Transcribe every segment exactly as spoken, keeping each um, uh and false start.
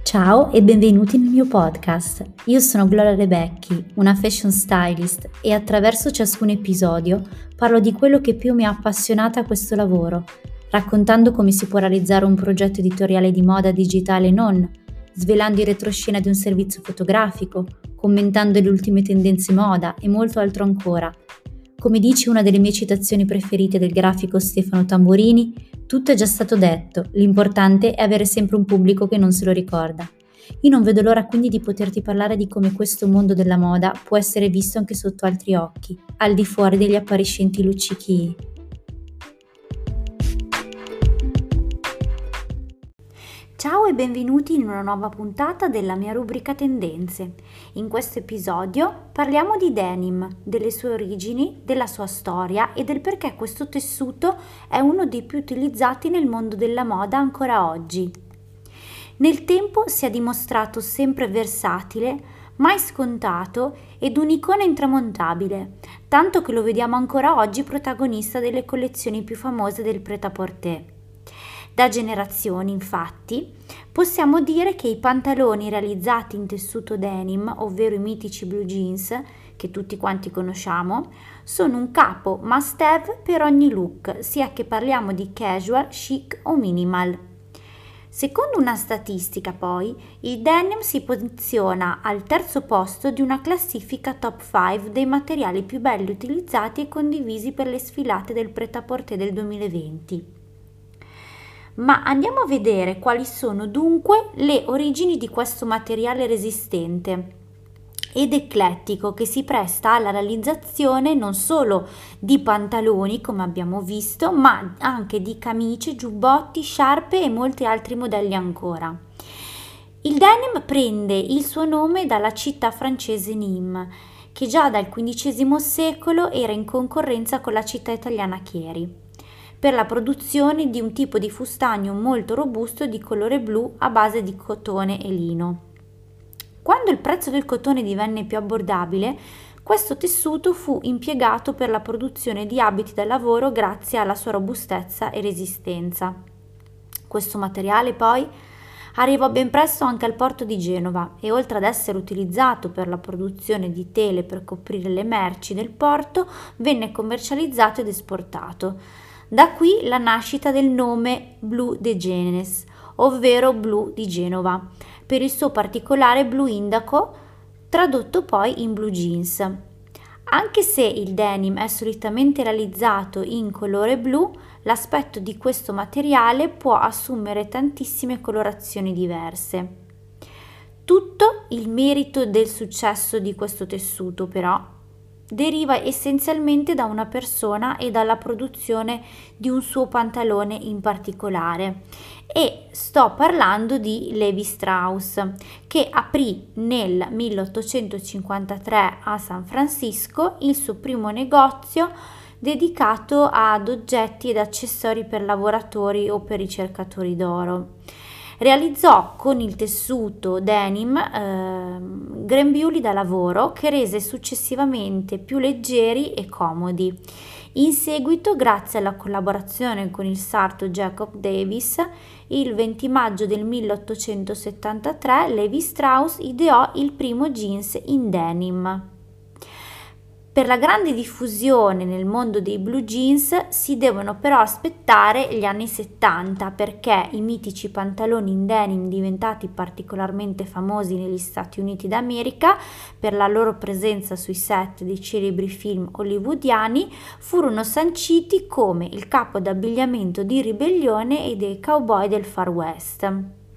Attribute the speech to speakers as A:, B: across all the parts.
A: Ciao e benvenuti nel mio podcast. Io sono Gloria Rebecchi, una fashion stylist e attraverso ciascun episodio parlo di quello che più mi ha appassionata a questo lavoro, raccontando come si può realizzare un progetto editoriale di moda digitale e non, svelando in retroscena di un servizio fotografico, commentando le ultime tendenze moda e molto altro ancora. Come dice una delle mie citazioni preferite del grafico Stefano Tamburini, tutto è già stato detto, l'importante è avere sempre un pubblico che non se lo ricorda. Io non vedo l'ora quindi di poterti parlare di come questo mondo della moda può essere visto anche sotto altri occhi, al di fuori degli appariscenti luccichii. Ciao e benvenuti in una nuova puntata della mia rubrica Tendenze. In questo episodio parliamo di denim, delle sue origini, della sua storia e del perché questo tessuto è uno dei più utilizzati nel mondo della moda ancora oggi. Nel tempo si è dimostrato sempre versatile, mai scontato ed un'icona intramontabile, tanto che lo vediamo ancora oggi protagonista delle collezioni più famose del prêt-à-porter. Da generazioni, infatti, possiamo dire che i pantaloni realizzati in tessuto denim, ovvero i mitici blue jeans, che tutti quanti conosciamo, sono un capo must have per ogni look, sia che parliamo di casual, chic o minimal. Secondo una statistica, poi, il denim si posiziona al terzo posto di una classifica top cinque dei materiali più belli utilizzati e condivisi per le sfilate del prêt-à-porter del duemilaventi. Ma andiamo a vedere quali sono dunque le origini di questo materiale resistente ed eclettico che si presta alla realizzazione non solo di pantaloni, come abbiamo visto, ma anche di camicie, giubbotti, sciarpe e molti altri modelli ancora. Il denim prende il suo nome dalla città francese Nîmes, che già dal quindicesimo secolo era in concorrenza con la città italiana Chieri, per la produzione di un tipo di fustagno molto robusto di colore blu a base di cotone e lino. Quando il prezzo del cotone divenne più abbordabile, questo tessuto fu impiegato per la produzione di abiti da lavoro grazie alla sua robustezza e resistenza. Questo materiale poi arrivò ben presto anche al porto di Genova e oltre ad essere utilizzato per la produzione di tele per coprire le merci del porto, venne commercializzato ed esportato. Da qui la nascita del nome Blu de Genes, ovvero blu di Genova, per il suo particolare blu indaco, tradotto poi in blue jeans. Anche se il denim è solitamente realizzato in colore blu, l'aspetto di questo materiale può assumere tantissime colorazioni diverse. Tutto il merito del successo di questo tessuto, però, deriva essenzialmente da una persona e dalla produzione di un suo pantalone in particolare, e sto parlando di Levi Strauss, che aprì nel milleottocentocinquantatré a San Francisco il suo primo negozio dedicato ad oggetti ed accessori per lavoratori o per ricercatori d'oro. Realizzò con il tessuto denim eh, grembiuli da lavoro che rese successivamente più leggeri e comodi. In seguito, grazie alla collaborazione con il sarto Jacob Davis, il venti maggio del milleottocentosettantatré Levi Strauss ideò il primo jeans in denim. Per la grande diffusione nel mondo dei blue jeans si devono però aspettare gli anni settanta, perché i mitici pantaloni in denim, diventati particolarmente famosi negli Stati Uniti d'America per la loro presenza sui set dei celebri film hollywoodiani, furono sanciti come il capo d'abbigliamento di ribellione e dei cowboy del Far West.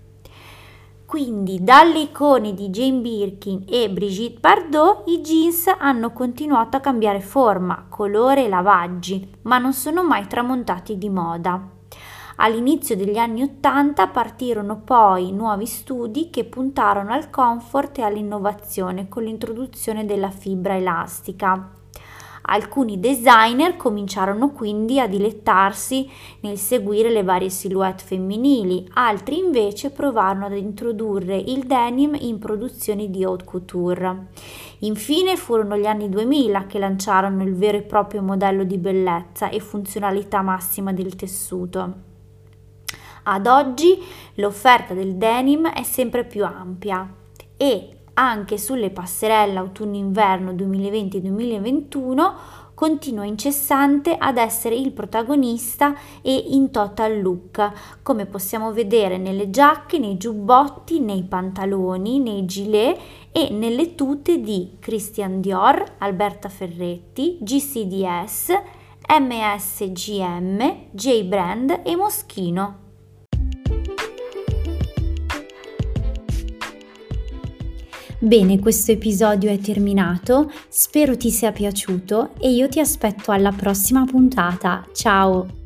A: Quindi dalle icone di Jane Birkin e Brigitte Bardot i jeans hanno continuato a cambiare forma, colore e lavaggi, ma non sono mai tramontati di moda. All'inizio degli anni Ottanta partirono poi nuovi studi che puntarono al comfort e all'innovazione con l'introduzione della fibra elastica. Alcuni designer cominciarono quindi a dilettarsi nel seguire le varie silhouette femminili, altri invece provarono ad introdurre il denim in produzioni di haute couture. Infine furono gli anni duemila che lanciarono il vero e proprio modello di bellezza e funzionalità massima del tessuto. Ad oggi l'offerta del denim è sempre più ampia e anche sulle passerelle autunno-inverno duemilaventi duemilaventuno continua incessante ad essere il protagonista e in total look, come possiamo vedere nelle giacche, nei giubbotti, nei pantaloni, nei gilet e nelle tute di Christian Dior, Alberta Ferretti, G C D S, M S G M, J Brand e Moschino. Bene, questo episodio è terminato, spero ti sia piaciuto e io ti aspetto alla prossima puntata. Ciao!